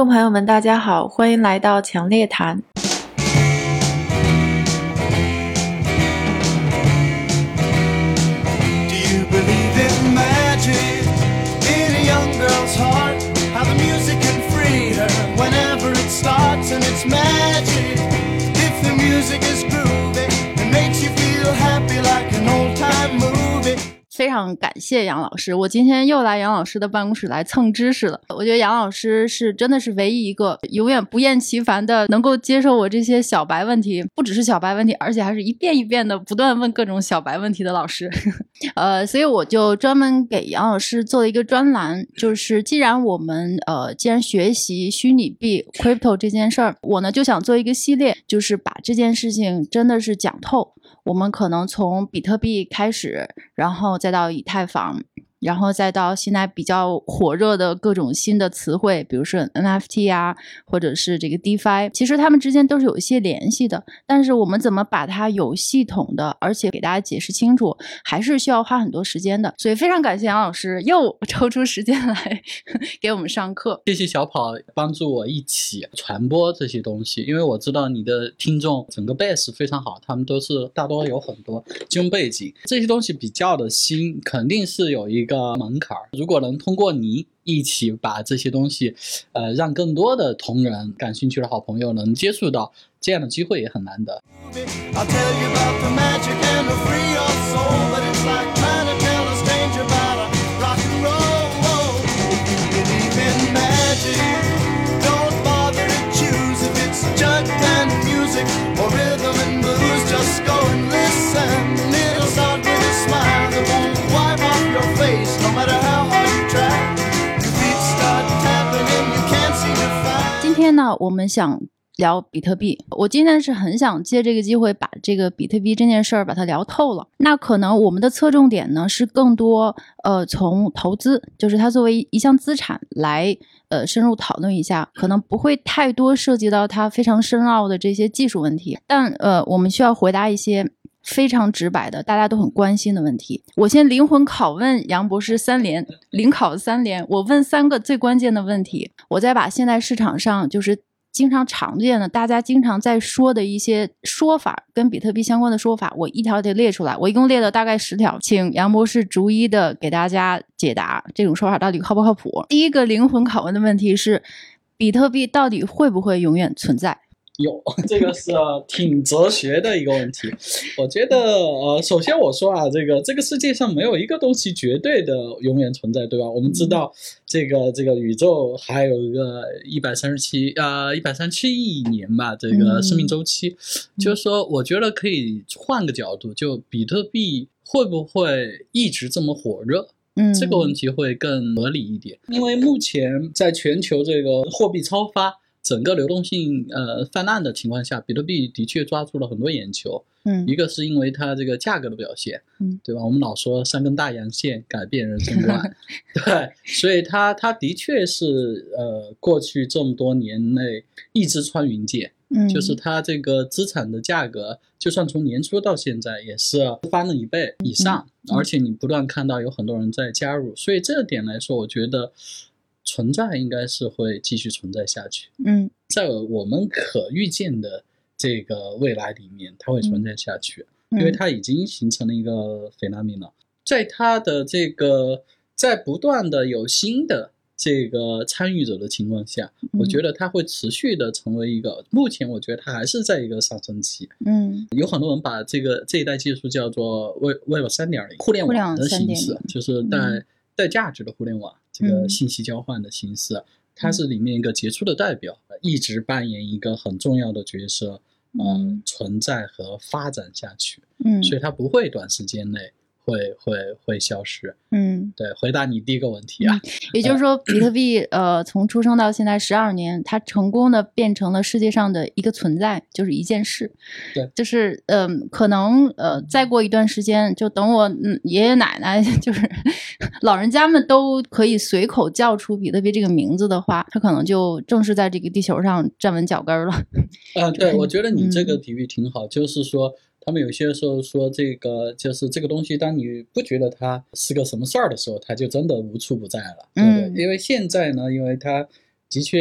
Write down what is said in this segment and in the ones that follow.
众朋友们大家好，欢迎来到强烈谈。非常感谢杨老师，我今天又来杨老师的办公室来蹭知识了。我觉得杨老师是真的是唯一一个永远不厌其烦的能够接受我这些小白问题，不只是小白问题，而且还是一遍一遍的不断问各种小白问题的老师。所以我就专门给杨老师做了一个专栏，就是既然学习虚拟币 crypto 这件事儿，我呢就想做一个系列，就是把这件事情真的是讲透。我们可能从比特币开始，然后再到以太坊，然后再到现在比较火热的各种新的词汇，比如说 NFT 啊，或者是这个 DeFi， 其实它们之间都是有一些联系的，但是我们怎么把它有系统的，而且给大家解释清楚，还是需要花很多时间的。所以非常感谢杨老师又抽出时间来给我们上课。 谢谢小跑帮助我一起传播这些东西，因为我知道你的听众整个 base 非常好，他们都是大多有很多金融背景，这些东西比较的新，肯定是有一个门槛。如果能通过你一起把这些东西让更多的同仁感兴趣的好朋友能接触到，这样的机会也很难得。 今天呢，我们想聊比特币。我今天是很想借这个机会把这个比特币这件事儿把它聊透了。那可能我们的侧重点呢是更多从投资，就是它作为一项资产来深入讨论一下，可能不会太多涉及到它非常深奥的这些技术问题，但我们需要回答一些非常直白的大家都很关心的问题。我先灵魂拷问杨博士零考3连，我问3个最关键的问题，我再把现在市场上就是经常常见的大家经常在说的一些说法，跟比特币相关的说法，我一条条列出来，我一共列了大概10条，请杨博士逐一的给大家解答这种说法到底靠不靠谱。第一个灵魂拷问的问题是，比特币到底会不会永远存在？ 有，这个是挺哲学的一个问题。我觉得首先我说啊，这个世界上没有一个东西绝对的永远存在，对吧？我们知道这个宇宙还有一个137亿年吧，这个生命周期。就是说我觉得可以换个角度，就比特币会不会一直这么火热？这个问题会更合理一点。因为目前在全球这个货币超发，整个流动性泛滥的情况下，比特币的确抓住了很多眼球。一个是因为它这个价格的表现，对吧？我们老说3根大阳线改变人生观，对，所以它的确是过去这么多年内一直穿云箭，就是它这个资产的价格，就算从年初到现在也是翻了1倍以上，而且你不断看到有很多人在加入，所以这个点来说，我觉得存在应该是会继续存在下去。在我们可预见的这个未来里面，它会存在下去，因为它已经形成了一个 phenomenon。在它的这个在不断的有新的这个参与者的情况下，我觉得它会持续的成为一个，目前我觉得它还是在一个上升期。有很多人把这一代技术叫做 Web 3.0 互联网的形式，就是带价值的互联网，这个信息交换的形式，它是里面一个杰出的代表，一直扮演一个很重要的角色，存在和发展下去。所以它不会短时间内会消失。对，回答你第一个问题啊。 也就是说，比特币从出生到现在12年，它成功的变成了世界上的一个存在，就是一件事。 对， 就是可能再过一段时间，就等我爷爷奶奶就是老人家们都可以随口叫出比特币这个名字的话，它可能就正式在这个地球上站稳脚跟了。 对，我觉得你这个比喻挺好，就是说他们有些时候说这个就是这个东西，当你不觉得它是个什么事儿的时候，它就真的无处不在了，对不对？因为现在呢，因为它的确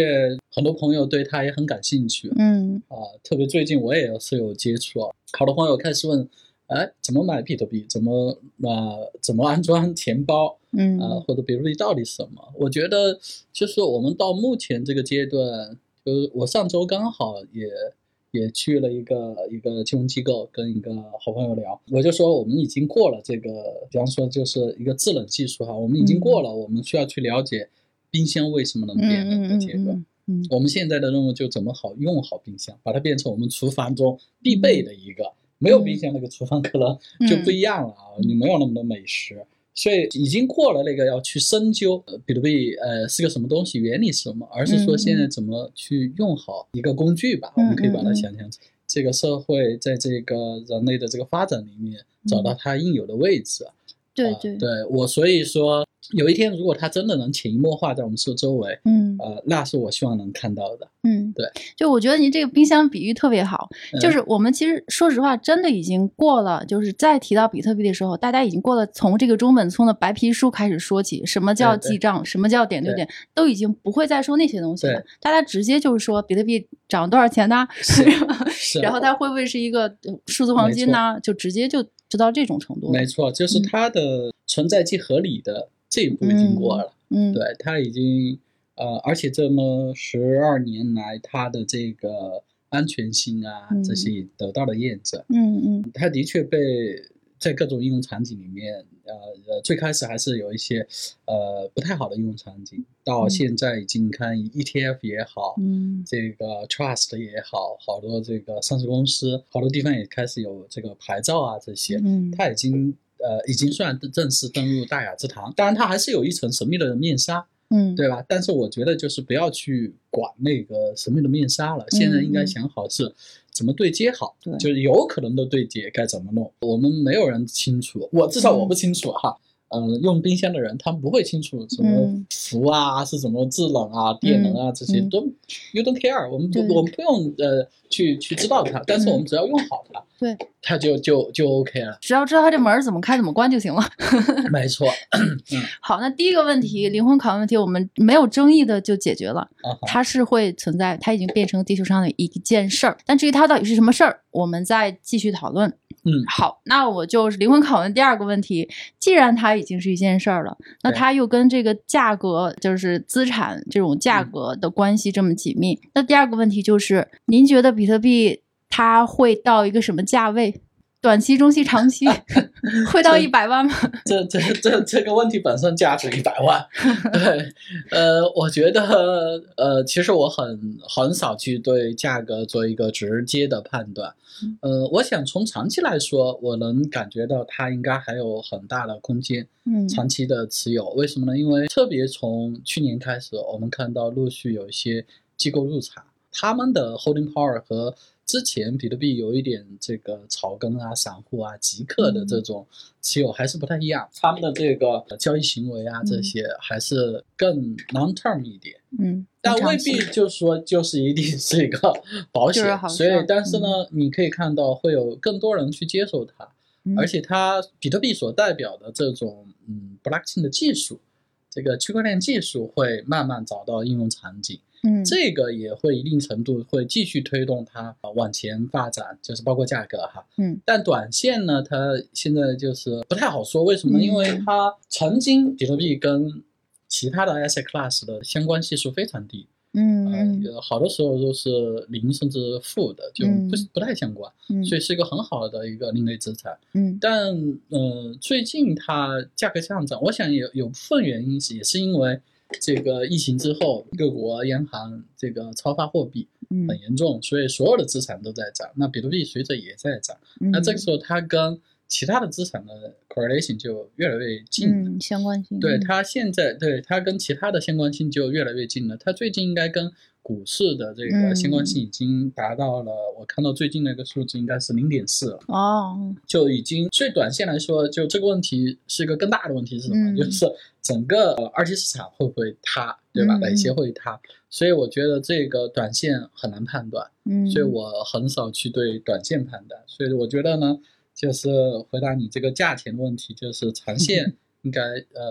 很多朋友对它也很感兴趣。特别最近我也是有接触，好多朋友开始问，怎么买比特币，怎么安装钱包，或者比特币到底是什么？我觉得就是我们到目前这个阶段，就是我上周刚好也去了一个金融机构，跟一个好朋友聊，我就说我们已经过了这个，比方说就是一个制冷技术哈，我们已经过了，我们需要去了解冰箱为什么能变冷的阶段。我们现在的任务就怎么好用好冰箱，把它变成我们厨房中必备的一个。没有冰箱那个厨房可能就不一样了啊，你没有那么多美食。所以已经过了那个要去深究比特币是个什么东西，原理是什么，而是说现在怎么去用好一个工具吧。我们可以把它想象成这个社会在这个人类的这个发展里面找到它应有的位置。 对， 我所以说有一天如果它真的能潜移默化在我们周围，那是我希望能看到的。对， 就我觉得您这个冰箱比喻特别好，就是我们其实说实话真的已经过了，就是在提到比特币的时候，大家已经过了从这个中本聪的白皮书开始说起，什么叫记账，什么叫点对点，都已经不会再说那些东西了，大家直接就是说比特币涨多少钱呢？然后它会不会是一个数字黄金呢？就直接就知道这种程度。 没错，就是它的存在即合理的这一步已经过了。对，它已经而且这么12年来它的这个安全性啊，这些得到了验证。它的确被在各种应用场景里面最开始还是有一些不太好的应用场景，到现在已经看 ETF 也好，这个 Trust 也好，好多这个上市公司好多地方也开始有这个牌照啊，这些它已经算正式登入大雅之堂。当然它还是有一层神秘的面纱，对吧？但是我觉得就是不要去管那个神秘的面纱了，现在应该想好是怎么对接好，就是有可能的对接该怎么弄，我们没有人清楚，至少我不清楚哈。用冰箱的人他们不会清楚什么氟啊，是什么制冷啊、电能啊，这些都 you don't care， 我们不用去知道它，但是我们只要用好它，对，它就 OK 了， 只要知道它这门怎么开怎么关就行了。 没错。 好，那第一个问题，灵魂拷问问题我们没有争议的就解决了，它是会存在，它已经变成地球上的一件事儿，但至于它到底是什么事儿，我们再继续讨论。好，那我就是灵魂拷问第二个问题，既然它已经是一件事儿了，那它又跟这个价格，就是资产这种价格的关系这么紧密，那第二个问题就是您觉得比特币它会到一个什么价位？短期、中期、长期会到100万吗？ 这个问题本身价值100万。对，我觉得其实我很少去对价格做一个直接的判断。我想从长期来说，我能感觉到它应该还有很大的空间，长期的持有。为什么呢？因为特别从去年开始，我们看到陆续有一些机构入场，他们的 holding power 和之前比特币有一点这个草根啊、散户啊、极客的这种持有还是不太一样，他们的这个交易行为啊这些还是更 long term 一点。但未必就是说就是一定是一个保险，所以但是呢，你可以看到会有更多人去接受它，而且它比特币所代表的这种blockchain 的技术，这个区块链技术会慢慢找到应用场景。这个也会一定程度会继续推动它往前发展，就是包括价格哈。但短线呢，它现在就是不太好说，为什么呢？因为它曾经比特币跟其他的 asset class 的相关系数非常低，好多时候都是0甚至负的，就不太相关，所以是一个很好的一个另类资产。但最近它价格上涨，我想有部分原因也是因为这个疫情之后，各国央行这个超发货币很严重，所以所有的资产都在涨，那比特币随着也在涨。那这个时候它跟其他的资产的 correlation 就越来越近了， 相关性。 对，它现在对它跟其他的相关性就越来越近了。它最近应该跟股市的这个相关性已经达到了，我看到最近那个数字应该是0.4了。就已经，所以短线来说，就这个问题是一个更大的问题是什么？就是整个二级市场会不会塌，对吧？哪些会塌？所以我觉得这个短线很难判断，所以我很少去对短线判断。所以我觉得呢，就是回答你这个价钱的问题，就是长线应该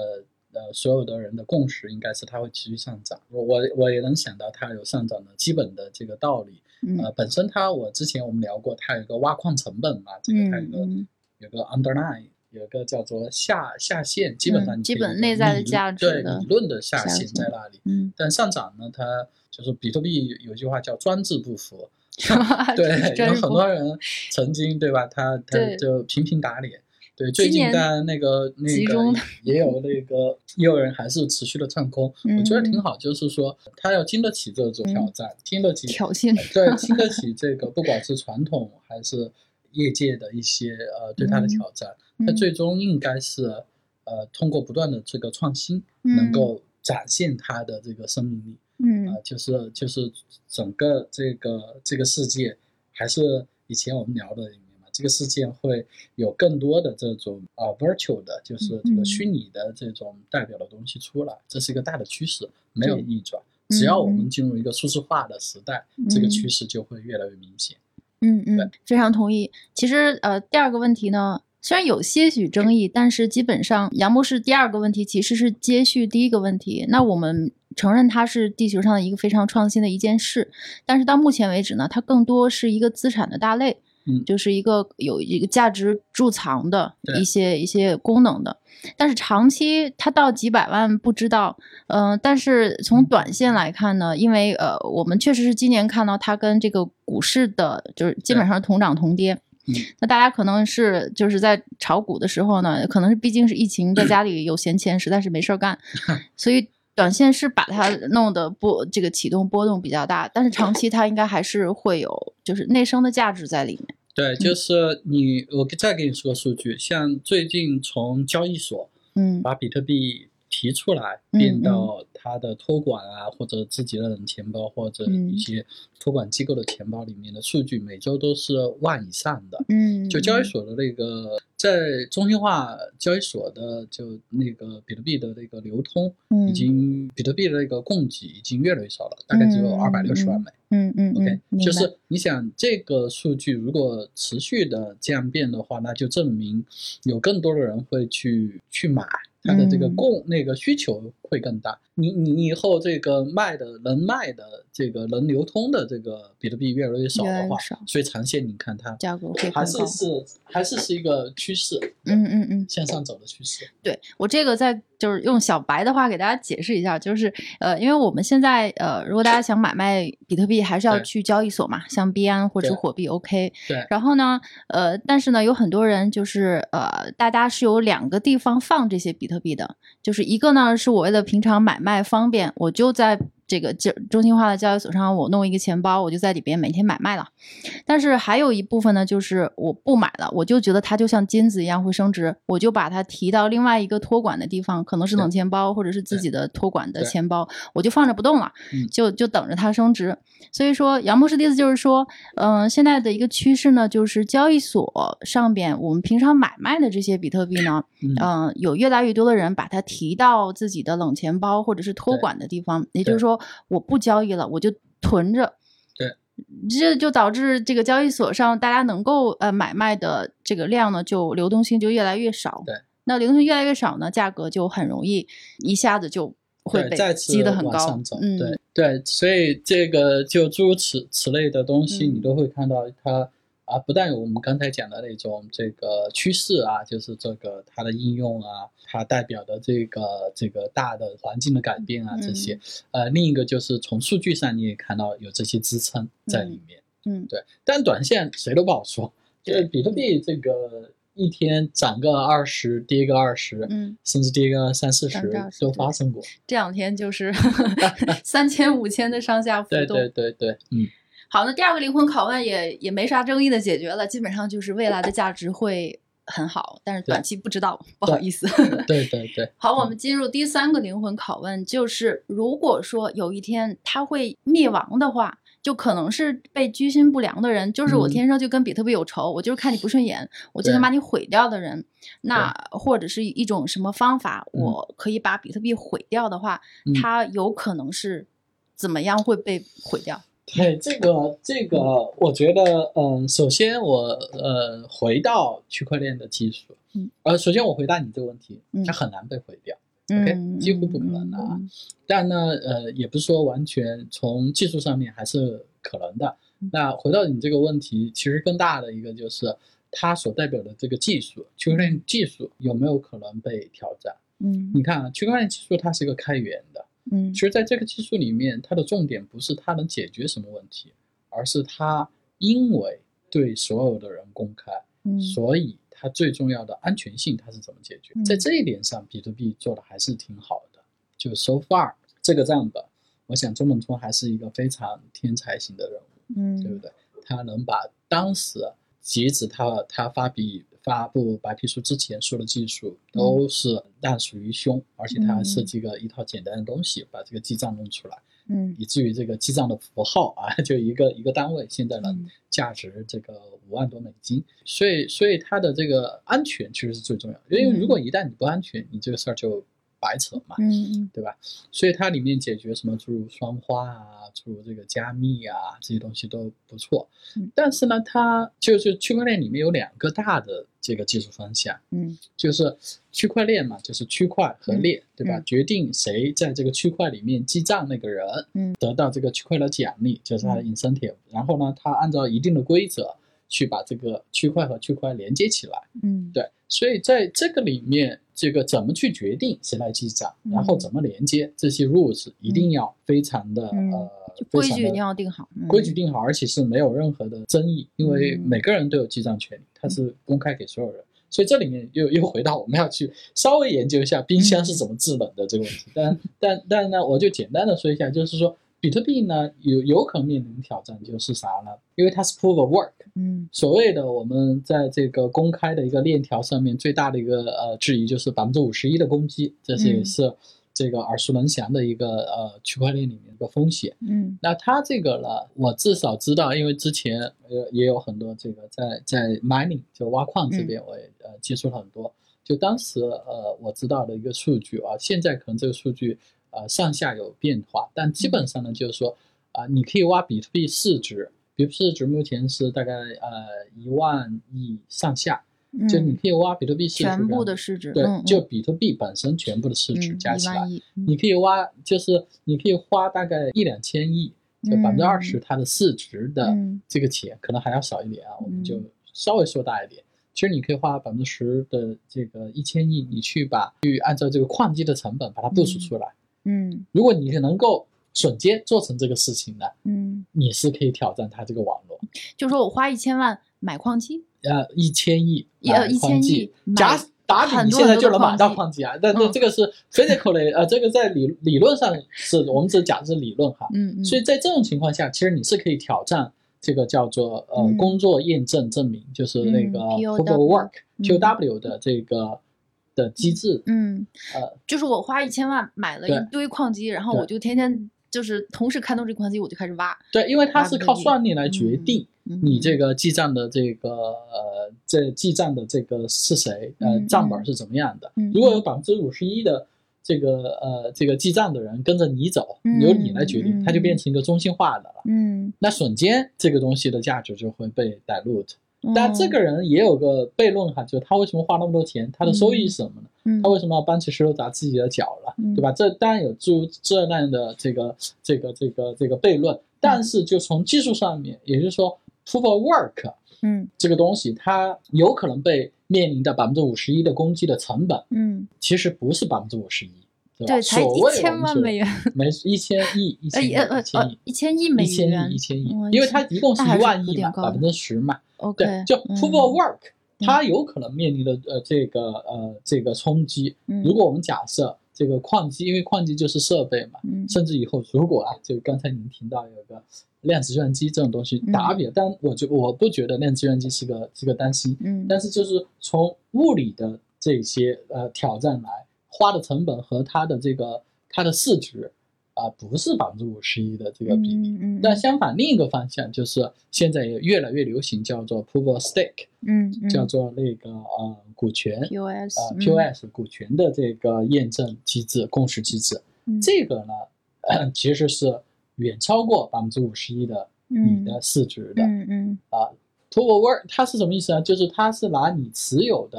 所有的人的共识应该是它会持续上涨。我也能想到它有上涨的基本的这个道理。本身我之前我们聊过，它有一个挖矿成本嘛，这个它有个 underline， 有个叫做下限，基本上基本内在的价值对理论的下限在那里。但上涨呢，它就是比特币有句话叫专制不服。对，有很多人曾经对吧，他就频频打脸。对，最近当然那个也有人还是持续的唱空，我觉得挺好，就是说他要经得起这种挑战，经得起挑衅， 对，经得起这个不管是传统还是业界的一些对他的挑战，他最终应该是通过不断的这个创新，能够展现他的这个生命力。就是整个这个世界，还是以前我们聊的里面嘛，这个世界会有更多的这种virtual 的，就是这个虚拟的这种代表的东西出来，这是一个大的趋势，没有逆转。只要我们进入一个数字化的时代，这个趋势就会越来越明显。 非常同意。其实第二个问题呢，虽然有些许争议，但是基本上杨博士第二个问题其实是接续第一个问题。那我们承认它是地球上的一个非常创新的一件事，但是到目前为止呢，它更多是一个资产的大类，就是有一个价值贮藏的一些功能的。但是长期它到几百万不知道，但是从短线来看呢，因为我们确实是今年看到它跟这个股市的就是基本上同涨同跌。那大家可能是就是在炒股的时候呢，可能是毕竟是疫情，在家里有闲钱，实在是没事干，所以短线是把它弄得这个启动波动比较大，但是长期它应该还是会有就是内生的价值在里面。 对，就是我再给你说个数据，像最近从交易所把比特币提出来，变到它的托管啊，或者自己的冷钱包，或者一些托管机构的钱包里面的数据，每周都是万以上的。就交易所的那个，在中心化交易所的就那个比特币的那个流通，比特币的那个供给已经越来越少了，大概只有260万枚。OK， 就是你想这个数据如果持续的这样变的话，那就证明有更多的人会去买。它的这个那个需求会更大，你以后这个能卖的这个能流通的这个比特币越来越少的话，所以长线你看它价格会还是一个趋势，向上走的趋势。 对，我这个再就是用小白的话给大家解释一下，就是因为我们现在如果大家想买卖比特币，还是要去交易所嘛，像币安或者火币 OK。 对。 然后呢，但是呢，有很多人就是大家是有2个地方放这些比特币的，就是一个呢是我为了平常买卖方便，我就在这个中心化的交易所上，我弄一个钱包，我就在里边每天买卖了。但是还有一部分呢，就是我不买了，我就觉得它就像金子一样会升值，我就把它提到另外一个托管的地方，可能是冷钱包或者是自己的托管的钱包，我就放着不动了，就等着它升值。所以说杨博士的意思就是说，现在的一个趋势呢，就是交易所上边我们平常买卖的这些比特币呢，有越来越多的人把它提到自己的冷钱包或者是托管的地方，也就是说我不交易了，我就囤着。 对， 这就导致这个交易所上大家能够买卖的这个量呢，就流动性就越来越少。 对， 那流动性越来越少呢，价格就很容易一下子就会被激得很高。 对，所以这个就诸如此类的东西，你都会看到它不但有我们刚才讲的那种这个趋势啊，就是这个它的应用啊，它代表的这个大的环境的改变啊，这些另一个就是从数据上你也看到有这些支撑在里面。对，但短线谁都不好说，就是比特币这个一天涨个20%，跌个20%，甚至跌个30-40%都发生过。 这2天就是3000-5000的上下浮动。 对， 好，那第二个灵魂拷问也没啥争议的解决了，基本上就是未来的价值会很好，但是短期不知道，不好意思。 对。 好，我们进入第3个灵魂拷问，就是如果说有一天它会灭亡的话，就可能是被居心不良的人，就是我天生就跟比特币有仇，我就是看你不顺眼，我就想把你毁掉的人。那或者是一种什么方法，我可以把比特币毁掉的话，它有可能是怎么样会被毁掉？ 对，这个，我觉得，首先我回到区块链的技术，首先我回答你这个问题，它很难被毁掉。 OK， 几乎不可能的啊。但呢，也不是说完全从技术上面还是可能的。那回到你这个问题，其实更大的一个就是它所代表的这个技术，区块链技术有没有可能被挑战？你看啊，区块链技术它是一个开源的，其实在这个技术里面，它的重点不是它能解决什么问题，而是它因为对所有的人公开，所以它最重要的安全性它是怎么解决？在这一点上，比特币做的还是挺好的。就 so far 这个账本，我想中本聪还是一个非常天才型的人物，对不对？他能把当时截止他发布白皮书之前说的技术都是烂熟于胸，而且他还设计了一套简单的东西，把这个记账弄出来，以至于这个记账的符号啊，就一个单位，现在能价值这个5万多美金，所以它的这个安全其实是最重要的，因为如果一旦你不安全，你这个事儿就白扯嘛，对吧？所以它里面解决什么诸如双花啊，诸如这个加密啊，这些东西都不错。但是呢，它就是区块链里面有2个大的这个技术方向，就是区块链嘛，就是区块和链，对吧？决定谁在这个区块里面记账那个人，得到这个区块的奖励，就是他的 incentive。然后呢，他按照一定的规则去把这个区块和区块连接起来，对。所以在这个里面，这个怎么去决定谁来记账，然后怎么连接，这些 rules 一定要非常的规矩一定要定好， 规矩定好，而且是没有任何的争议，因为每个人都有记账权利，它是公开给所有人。所以这里面又回到我们要去稍微研究一下冰箱是怎么制冷的这个问题。但呢，我就简单的说一下，就是说比特币呢有可能面临挑战，就是啥呢？因为它是 proof of work，所谓的我们在这个公开的一个链条上面最大的一个质疑就是51%的攻击，这也是这个耳熟能详的一个区块链里面的风险。那它这个呢，我至少知道，因为之前也有很多这个在 mining 就挖矿这边我也接触了很多，就当时我知道的一个数据啊，现在可能这个数据上下有变化，但基本上呢就是说你可以挖比特币市值，比特币市值目前是大概1万亿上下。就你可以挖比特币市值全部的市值， 对，就比特币本身全部的市值加起来，你可以挖，就是你可以花大概1-2千亿，就20%它的市值的这个钱，可能还要少一点啊，我们就稍微说大一点。其实你可以花10%的这个1000亿，你去按照这个矿机的成本把它部署出来。如果你能够瞬间做成这个事情的，你是可以挑战它这个网络。 就是说我花1000万买矿机 ，1000亿 ，1000亿， 打底你现在就能买到矿机啊，但这个是 physically，这个在理论上是我们只讲的是理论哈，所以在这种情况下，其实你是可以挑战这个叫做工作验证证明，就是那个 proof of work POW 的这个的机制， 就是我花1000万买了一堆矿机，然后我就天天就是同时看到这矿机我就开始挖， 对，因为它是靠算力来决定你这个记账的这个记账的这个是谁，账本是怎么样的。如果有51%的这个记账的人跟着你走，由你来决定，它就变成一个中心化的了。那瞬间这个东西的价值就会被 dilute。但这个人也有个悖论哈，就是他为什么花那么多钱，他的收益是什么呢？他为什么要搬起石头砸自己的脚了，对吧？这当然有这样的这个悖论，但是就从技术上面，也就是说 proof of work，这个东西它有可能被面临的51%的攻击的成本，其实不是51%。 对，才1000万美元， 没1000亿 ，1000亿美元 ，1000亿，因为它一共是1万亿嘛，10%嘛。对，就 proof of work，它有可能面临的这个冲击。如果我们假设这个矿机，因为矿机就是设备嘛，甚至以后如果就刚才您提到有个量子计算机这种东西打比，但我不觉得量子计算机是个担心，但是就是从物理的这些挑战来。花的成本和它的市值不是51%的这个比例，但相反另一个方向就是现在也越来越流行叫做 proof of stake，叫做那个股权 POS 股权的这个验证机制共识机制，这个呢其实是远超过51%的你的市值的，proof of work 它是什么意思呢？就是它是拿你持有的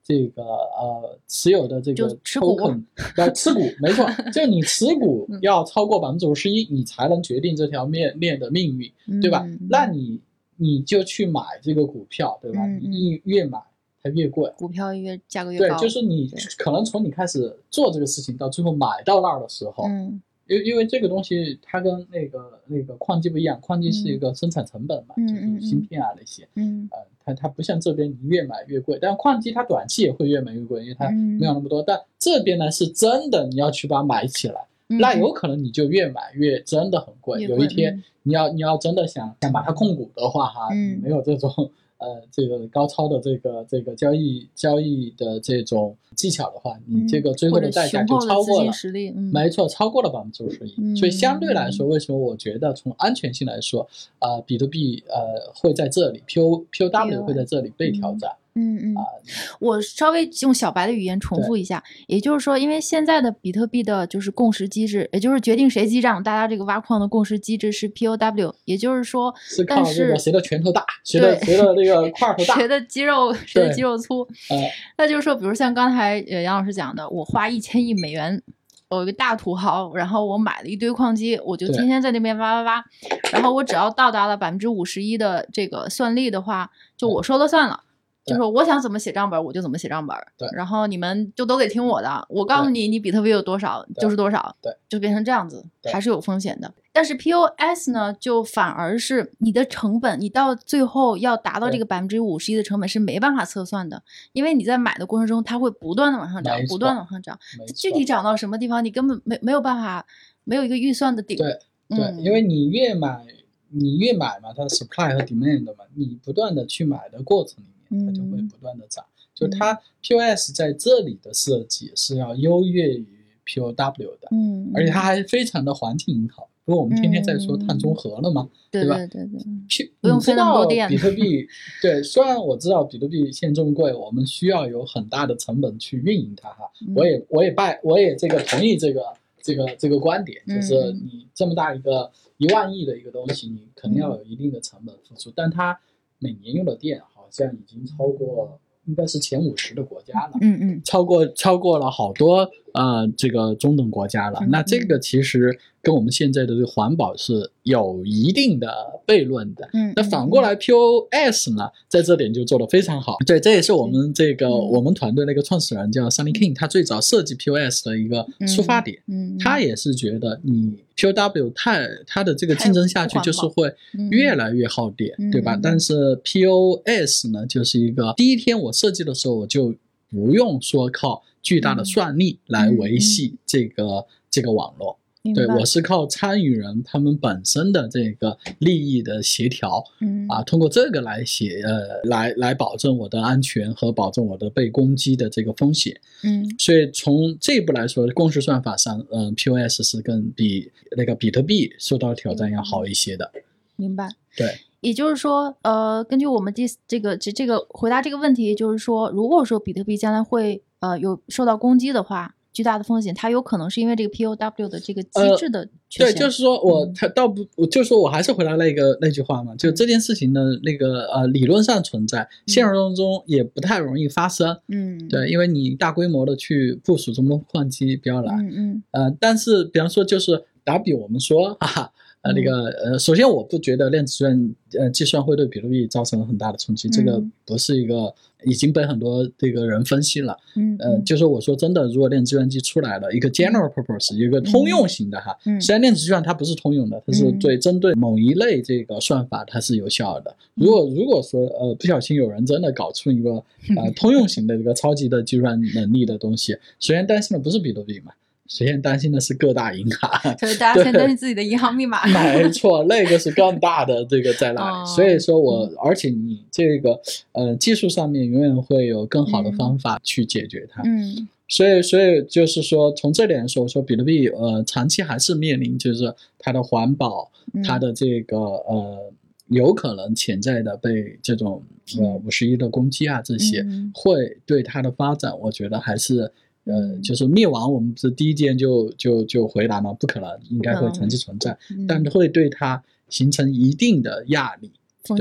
这个持有的这个就吃股 token 要持股，没错，就你持股要超过51%，你才能决定这条链的命运，对吧？那你就去买这个股票，对吧？你越买它越贵， 股票价格越高， 对，就是你可能从你开始做这个事情到最后买到那儿的时候，因为这个东西它跟那个矿机不一样，矿机是一个生产成本嘛，就是芯片啊那些，它不像这边你越买越贵，但矿机它短期也会越买越贵，因为它没有那么多，但这边呢是真的你要去把它买起来，那有可能你就越买越真的很贵，有一天你要真的想把它控股的话哈，你没有这种这个高超的这个交易的这种技巧的话，你这个最后的代价就超过了，没错，超过了51%。所以相对来说，为什么我觉得从安全性来说，比特币会在这里 POW 会在这里被挑战。 我稍微用小白的语言重复一下，也就是说，因为现在的比特币的就是共识机制，也就是决定谁记账，大家这个挖矿的共识机制是 POW， 也就是说， 是靠这个谁的拳头大，谁的那个块头大， 谁的肌肉粗。那就是说，比如像刚才杨老师讲的，我花1000亿美元。我有一个大土豪，然后我买了一堆矿机，我就天天在那边挖，然后我只要到达了51%的这个算力的话，就我说了算了。就是我想怎么写账本我就怎么写账本，然后你们就都得听我的，我告诉你你比特币有多少就是多少，就变成这样子，还是有风险的。但是 POS 呢，就反而是你的成本，你到最后要达到这个51%的成本是没办法测算的，因为你在买的过程中它会不断的往上涨，不断的往上涨，具体涨到什么地方你根本没有办法，没有一个预算的顶。 对，因为你越买嘛，它 supply 和 demand 嘛，你不断的去买的过程里面，它就会不断的涨。就它 POS 在这里的设计是要优越于 POW 的，而且它还非常的环境友好。因为我们天天在说碳中和了嘛，对吧？对， 不用费那么多电。 比特币，对，虽然我知道比特币现这么贵，我们需要有很大的成本去运营它哈。我也这个同意这个观点，就是你这么大一个1万亿的一个东西，你肯定要有一定的成本付出，但它每年用的电好像已经超过。应该是前50的国家了，超过了好多这个中等国家了。那这个其实跟我们现在的这个环保是有一定的悖论的。那反过来 POS 呢，在这点就做得非常好。对，这也是我们这个我们团队那个创始人叫 Sunny King， 他最早设计 POS 的一个出发点。他也是觉得你 POW 它的这个竞争下去就是会越来越耗电，对吧？但是 POS 呢，就是一个第一天我设计的时候我就不用说靠巨大的算力来维系这个网络。对，我是靠参与人他们本身的这个利益的协调，通过这个来保证我的安全和保证我的被攻击的这个风险。所以从这一步来说，共识算法上，POS 是比那个比特币受到挑战要好一些的。 明白。 对。 也就是说，根据我们这个回答这个问题，就是说，如果说比特币将来会有受到攻击的话，巨大的风险，它有可能是因为这个 POW 的这个机制的缺陷。 对，就是说就是说我还是回答那句话嘛，就这件事情的那个理论上存在，现实当中也不太容易发生。对，因为你大规模的去部署这么多矿机比较难。但是比方说就是打比我们说，哈哈。首先我不觉得量子计算会对比特币造成很大的冲击，这个不是一个已经被很多这个人分析了。就是我说真的，如果量子计算机出来了一个 general purpose，一个通用型的哈，虽然量子计算它不是通用的，它是针对某一类这个算法它是有效的。如果说不小心有人真的搞出一个通用型的这个超级的计算能力的东西，首先担心的不是比特币嘛。首先担心的是各大银行， 所以大家先担心自己的银行密码。 没错，那个是更大的这个在那里。所以说而且你这个技术上面永远会有更好的方法去解决它。所以就是说，从这点说，我说比特币长期还是面临就是它的环保，它的这个有可能潜在的被这种51的攻击啊，这些会对它的发展，我觉得还是。就是灭亡，我们是第一件就回答了，不可能，应该会长期存在，但会对它形成一定的压力风险。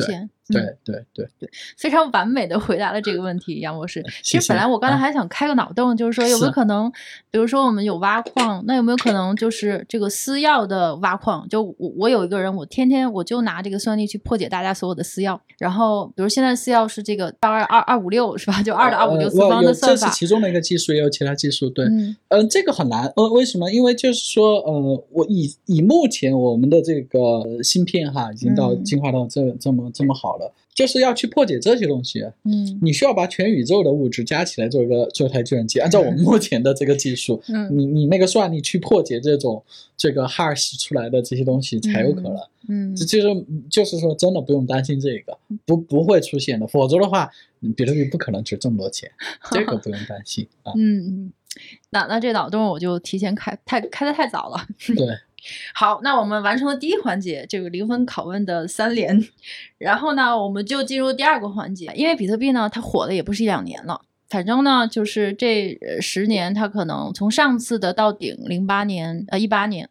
对， 非常完美的回答了这个问题，杨博士。 谢谢其实本来我刚才还想开个脑洞，就是说有没有可能，比如说我们有挖矿，那有没有可能就是这个私钥的挖矿？就我有一个人，我天天我就拿这个算力去破解大家所有的私钥，然后比如现在私钥是这个22256是吧？就2的256次方的算法， 这是其中的一个技术，也有其他技术。对，这个很难。为什么？因为就是说，我以目前我们的这个芯片哈，已经进化到这么好了，就是要去破解这些东西。你需要把全宇宙的物质加起来做一台计算机。按照我们目前的这个技术，你那个算力去破解这个哈希出来的这些东西才有可能。就是说，真的不用担心这个，不会出现的。否则的话，比特币不可能值这么多钱，这个不用担心啊。 那这脑洞我就提前开得太早了。 对。 好，那我们完成了第一环节，这个0分拷问的3连，然后呢，我们就进入第二个环节。因为比特币呢，它火的也不是1-2年了，反正呢，就是这10年，它可能从上次的到顶18年，18年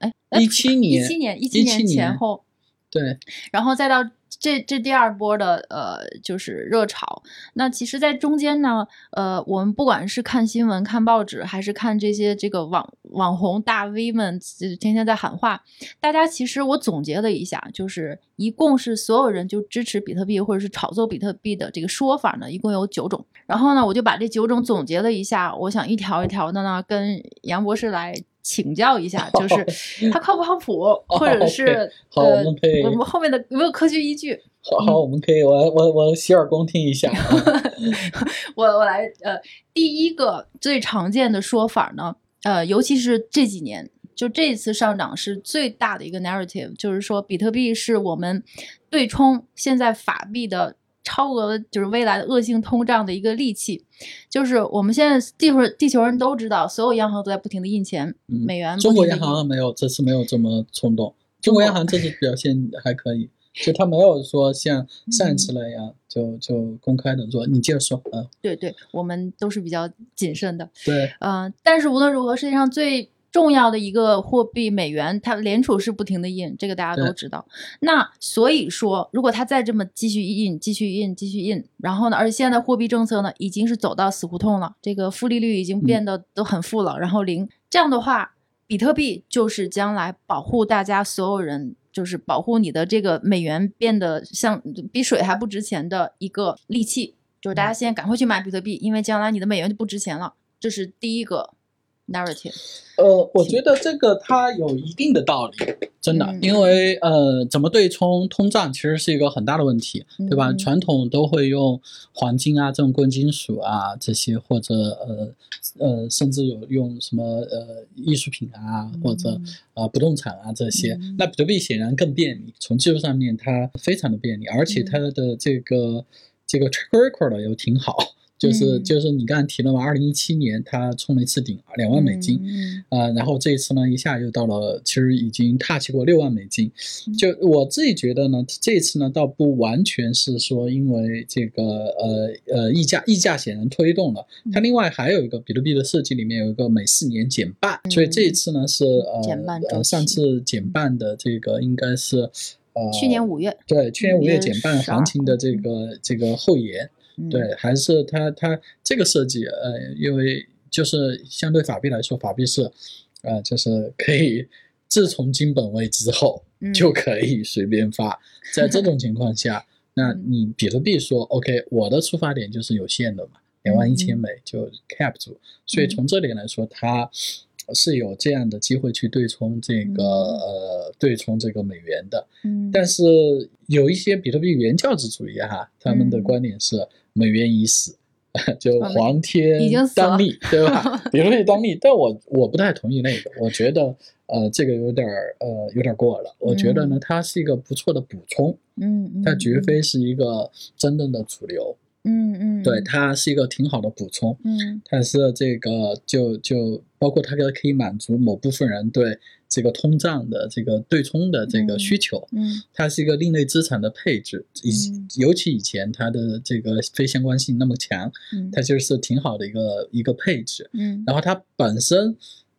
，17年前后， 对， 然后再到这第二波的就是热潮。那其实在中间呢，我们不管是看新闻看报纸，还是看这个网红大 V 们天天在喊话，大家其实我总结了一下，就是一共是所有人就支持比特币或者是炒作比特币的这个说法呢，一共有9种。然后呢，我就把这9种总结了一下，我想一条一条的呢跟杨博士来请教一下，就是它靠不靠谱，或者是好，我们可以， 我们后面的有没有科学依据？ 好，我们可以，我洗耳恭听一下。 我来第一个最常见的说法呢，尤其是这几年，就这一次上涨是最大的一个 narrative， 就是说比特币是我们对冲现在法币的超额，就是未来的恶性通胀的一个利器。就是我们现在地球人都知道，所有央行都在不停的印钱，美元。 中国央行这次没有这么冲动，中国央行这次表现还可以。就他没有说像上一次那样，就公开的做。你接着说。 对，我们都是比较谨慎的。 对， 但是无论如何，世界上最重要的一个货币美元，它联储是不停的印，这个大家都知道。那所以说，如果它再这么继续印，然后呢，而且现在货币政策呢已经是走到死胡同了，这个负利率已经变得都很负了，然后0，这样的话，比特币就是将来保护大家所有人。就是保护你的这个美元变得像比水还不值钱的一个利器，就是大家现在赶快去买比特币，因为将来你的美元就不值钱了。这是第一个 narrative。 我觉得这个它有一定的道理，真的，因为怎么对冲通胀其实是一个很大的问题，对吧？传统都会用黄金啊这种贵金属啊这些，或者甚至有用什么艺术品啊或者不动产啊这些。那比特币显然更便利，从技术上面它非常的便利，而且它的这个 track record 又挺好。就是你刚才提了嘛，2017年它冲了一次顶2万美金，然后这一次呢一下又到了，其实已经 touch 过6万美金。就我自己觉得呢，这一次呢倒不完全是说因为这个溢价显然推动了，它另外还有一个比特币的设计里面有一个每4年减半，所以这一次呢是上次减半的这个应该是去年5月， 对，去年5月减半行情的这个后延。对，还是它这个设计，因为就是相对法币来说，法币是，就是可以自从金本位之后就可以随便发，在这种情况下，那你比特币说 OK， 我的出发点就是有限的嘛，21000美就 cap 住，所以从这点来说，它是有这样的机会去对冲这个美元的。但是有一些比特币原教旨主义哈，他们的观点是美元已死，就皇天当立，对吧？比特币当立，但我不太同意那个，我觉得这个有点过了。我觉得呢，它是一个不错的补充，它绝非是一个真正的主流。对，它是一个挺好的补充。它是这个就包括它可以满足某部分人对这个通胀的这个对冲的这个需求。它是一个另类资产的配置，尤其以前它的这个非相关性那么强，它就是挺好的一个配置。然后它本身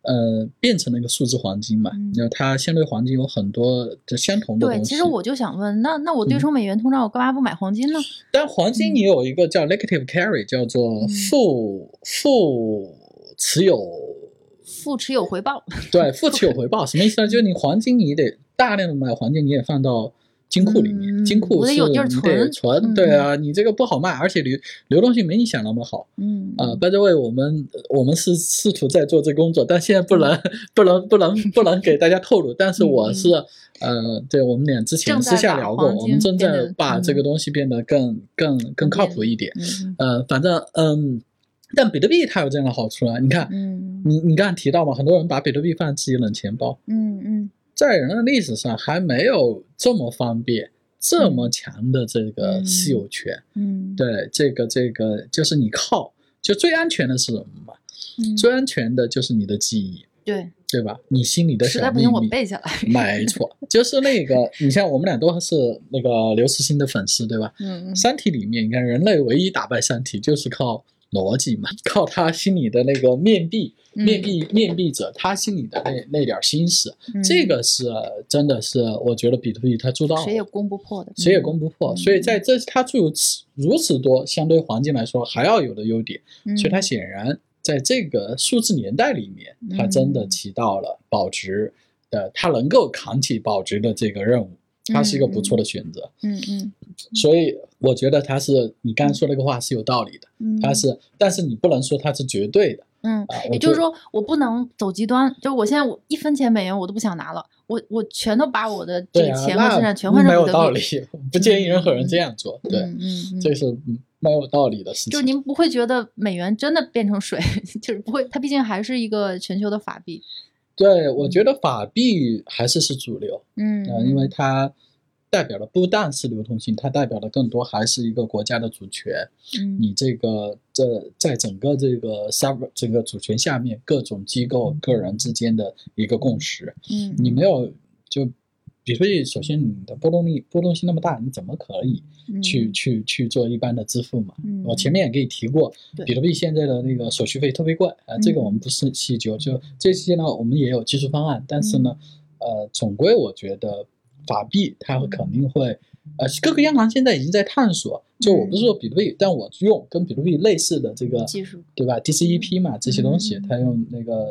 变成了一个数字黄金嘛，因为它相对黄金有很多的相同的东西。 对，其实我就想问，那我对冲美元通胀，我干嘛不买黄金呢？ 但黄金你有一个叫 negative carry，叫做负持有回报。 对，负持有回报什么意思呢？就是你黄金你得大量的买黄金，你也放到金库里面，金库是你得存，对啊，你这个不好卖，而且流动性没你想那么好。by the way， 我们是试图在做这工作，但现在不能给大家透露。但是我是对，我们俩之前私下聊过，我们正在把这个东西变得更靠谱一点。反正但比特币它有这样的好处啊，你看，你刚才提到嘛，很多人把比特币放在自己冷钱包，在人的历史上还没有这么方便、这么强的这个私有权。对，这个就是你就最安全的是什么嘛？最安全的就是你的记忆，对吧？你心里的小秘密，实在不行我背下来。 没错，就是那个，你像我们俩都是那个刘慈欣的粉丝，对吧？三体里面，你看人类唯一打败三体就是靠逻辑嘛，靠他心里的那个面壁者，他心里的那点心思，这个是真的是我觉得比特币他做到了， 谁也攻不破的， 所以在这他具有如此多相对黄金来说还要有的优点，所以他显然在这个数字年代里面，他真的起到了保值的，他能够扛起保值的这个任务，它是一个不错的选择。所以我觉得它是你刚才说那个话是有道理的，但是你不能说它是绝对的。 也就是说我不能走极端，就我现在我1分钱美元我都不想拿了，我全都把我的这个钱和资产全换成比特币。 没有道理，不建议任何人这样做。对，这是没有道理的事情。 就是您不会觉得美元真的变成水，就是不会，它毕竟还是一个全球的法币。 对，我觉得法币还是主流。因为它代表的不但是流通性，它代表的更多还是一个国家的主权。你在整个这个主权下面，各种机构、个人之间的一个共识。你没有就比特币，首先你的波动性那么大，你怎么可以去做一般的支付嘛？我前面也给你提过，比特币现在的那个手续费特别贵这个我们不是细究，就这些呢，我们也有技术方案，但是呢，总归我觉得法币它肯定会，各个央行现在已经在探索。就我不是说比特币，但我用跟比特币类似的这个技术， 对吧 ？DCEP 嘛，这些东西，它用那个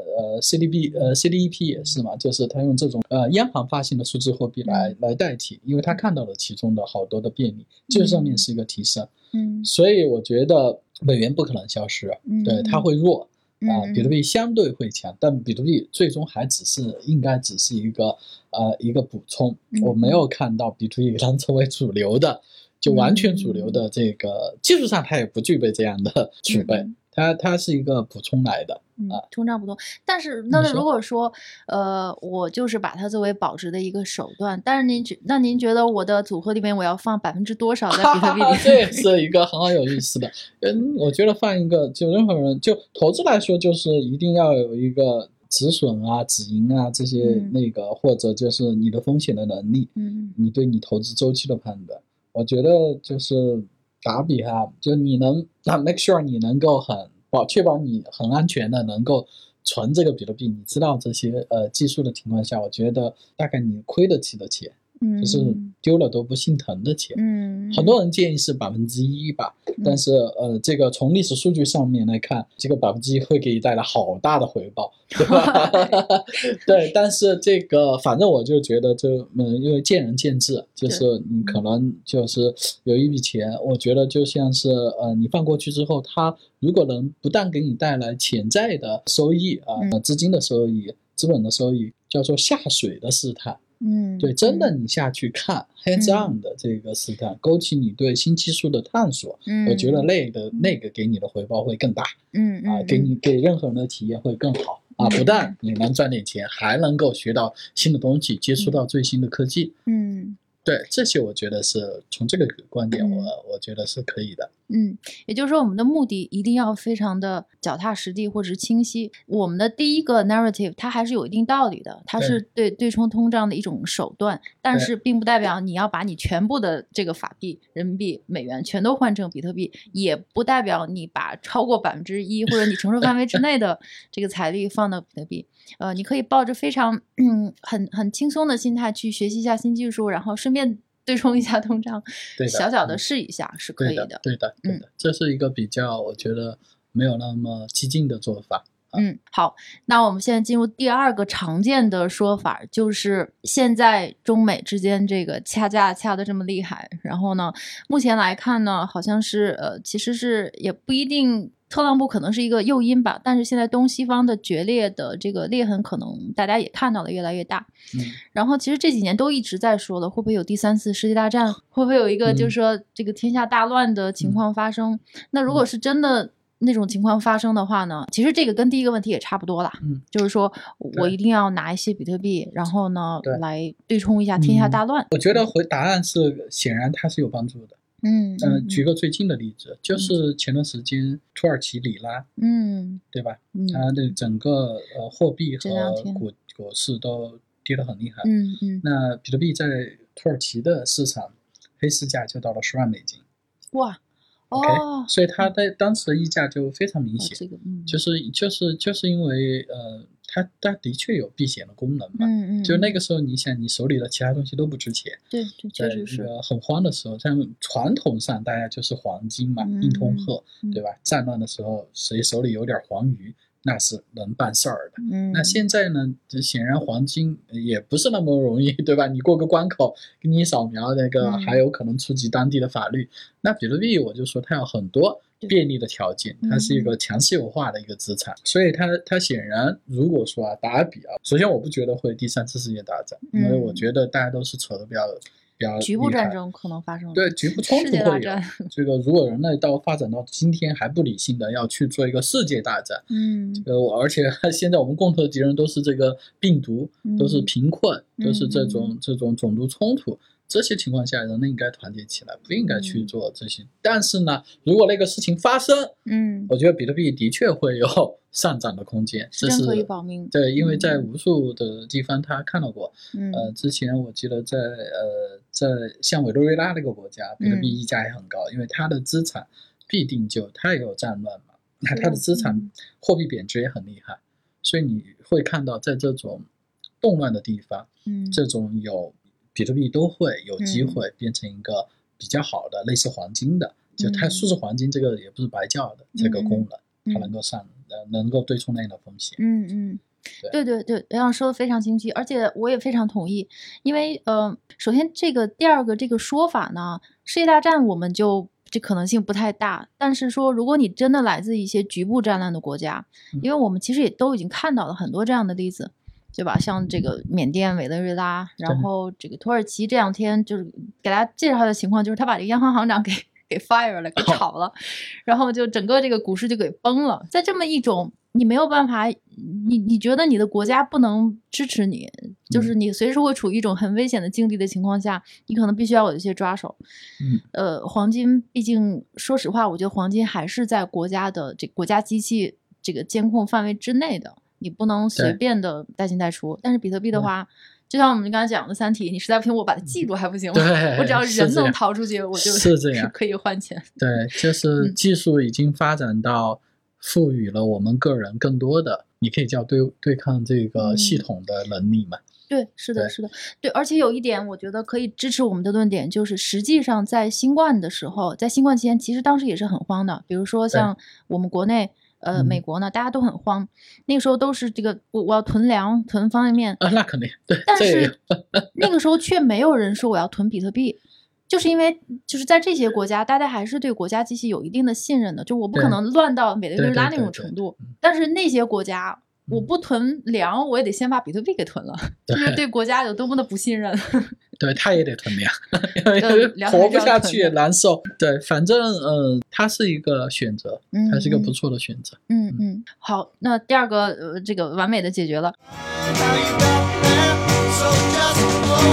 CDEP 也是嘛，就是它用这种央行发行的数字货币来代替，因为它看到了其中的好多的便利，技术上面是一个提升。所以我觉得美元不可能消失，对，它会弱。比特币相对会强，但比特币最终还应该只是一个补充。我没有看到比特币能成为主流的，就完全主流的这个技术上它也不具备这样的储备，它是一个补充来的。 通胀不多，但是那如果说我就是把它作为保值的一个手段，但是您觉得我的组合里面我要放多少在比特币里？ 这也是一个很好有意思的。我觉得放一个，就任何人就投资来说，就是一定要有一个止损啊、止盈啊这些或者就是你的风险的能力，你对你投资周期的判断，我觉得就是打比哈，就你能make sure 你能够确保你很安全的能够存这个比特币，你知道这些技术的情况下，我觉得大概你亏得起的钱，就是丢了都不心疼的钱。很多人建议是1%吧，但是这个从历史数据上面来看，这个1%会给你带来好大的回报，对吧？对，但是这个反正我就觉得因为见仁见智，就是你可能就是有一笔钱，我觉得就像是你放过去之后，它如果能不但给你带来潜在的收益资金的收益、资本的收益，叫做下水的试探。对，真的你下去看 hands on 的这个试探，勾起你对新技术的探索，我觉得那个给你的回报会更大，给任何人的体验会更好不但你能赚点钱，还能够学到新的东西，接触到最新的科技。对，这些我觉得是从这个观点我觉得是可以的。 也就是说我们的目的一定要非常的脚踏实地或者是清晰。我们的第一个 narrative 它还是有一定道理的，它是对冲通胀的一种手段，但是并不代表你要把你全部的这个法币人民币美元全都换成比特币，也不代表你把超过1%或者你承受范围之内的这个财力放到比特币。你可以抱着非常很轻松的心态去学习一下新技术，然后顺便对冲一下通胀，小小的试一下是可以的。 对的，这是一个比较我觉得没有那么激进的做法。 好，那我们现在进入第二个常见的说法，就是现在中美之间这个掐架掐得这么厉害，然后呢，目前来看呢，好像是其实是也不一定。特朗普可能是一个诱因吧，但是现在东西方的决裂的这个裂痕可能大家也看到了越来越大。然后其实这几年都一直在说了，会不会有第3次世界大战，会不会有一个就是说这个天下大乱的情况发生。那如果是真的那种情况发生的话呢，其实这个跟第一个问题也差不多啦。就是说我一定要拿一些比特币，然后呢来对冲一下天下大乱。 我觉得答案是显然它是有帮助的。举个最近的例子，就是前段时间土耳其里拉，对吧？它的整个货币和股市都跌得很厉害。那比特币在土耳其的市场黑市价就到了10万美金。 哇 ，OK，所以它在当时的溢价就非常明显。就是因为它的确有避险的功能嘛。就那个时候，你想你手里的其他东西都不值钱。 对，确实是。 在那个很慌的时候，像传统上大家就是黄金嘛，硬通货，对吧？战乱的时候，谁手里有点黄鱼，那是能办事儿的。那现在呢，显然黄金也不是那么容易，对吧？你过个关口，给你扫描那个，还有可能触及当地的法律。那比特币，我就说它有很多便利的条件，它是一个强私有化的一个资产，所以它显然，如果说打比首先我不觉得会第3次世界大战，因为我觉得大家都是扯得比较局部战争可能发生， 对，局部冲突会有。这个如果人类发展到今天还不理性的要去做一个世界大战，而且现在我们共同的敌人都是这个病毒，都是贫困，都是这种种族冲突。这些情况下，人类应该团结起来，不应该去做这些。但是呢，如果那个事情发生，我觉得比特币的确会有上涨的空间，这是可以保命。 对，因为在无数的地方他看到过。之前我记得在像委内瑞拉那个国家，比特币溢价也很高，因为它的资产必定它也有战乱嘛，那它的资产货币贬值也很厉害，所以你会看到在这种动乱的地方，这种有比特币都会有机会变成一个比较好的类似黄金的，就它数字黄金这个也不是白叫的这个功能，它能够对冲那样的风险。 对，杨老师说的非常清晰，而且我也非常同意，因为首先第二个这个说法呢，世界大战我们就这可能性不太大，但是说如果你真的来自一些局部战乱的国家，因为我们其实也都已经看到了很多这样的例子。对吧？像这个缅甸、委内瑞拉，然后这个土耳其这2天就是给大家介绍的情况，就是他把这个央行行长给 fire 了，给炒了，然后就整个这个股市就给崩了。在这么一种你没有办法，你觉得你的国家不能支持你，就是你随时会处于一种很危险的境地的情况下，你可能必须要有一些抓手。黄金毕竟说实话，我觉得黄金还是在国家的国家机器这个监控范围之内的。你不能随便的带进带出，但是比特币的话，就像我们刚才讲的3体，你实在不行我把它记住还不行吗？我只要人能逃出去，我就是这样可以换钱。 对，就是技术已经发展到赋予了我们个人更多的，你可以叫对抗这个系统的能力嘛。 对，是的，对，而且有一点我觉得可以支持我们的论点，就是实际上在新冠的时候，在新冠期间，其实当时也是很慌的，比如说像我们国内。美国呢，大家都很慌，那个时候都是这个我要囤粮、囤方便面那肯定对。 但是那个时候却没有人说我要囤比特币，就是因为就是在这些国家，大家还是对国家机器有一定的信任的，就我不可能乱到委内瑞拉那种程度。但是那些国家，我不囤粮，我也得先把比特币给囤了，就是对国家有多么的不信任。 对，他也得囤粮，活不下去也难受。对，反正它是一个选择，它是一个不错的选择。 好，那第二个这个完美的解决了。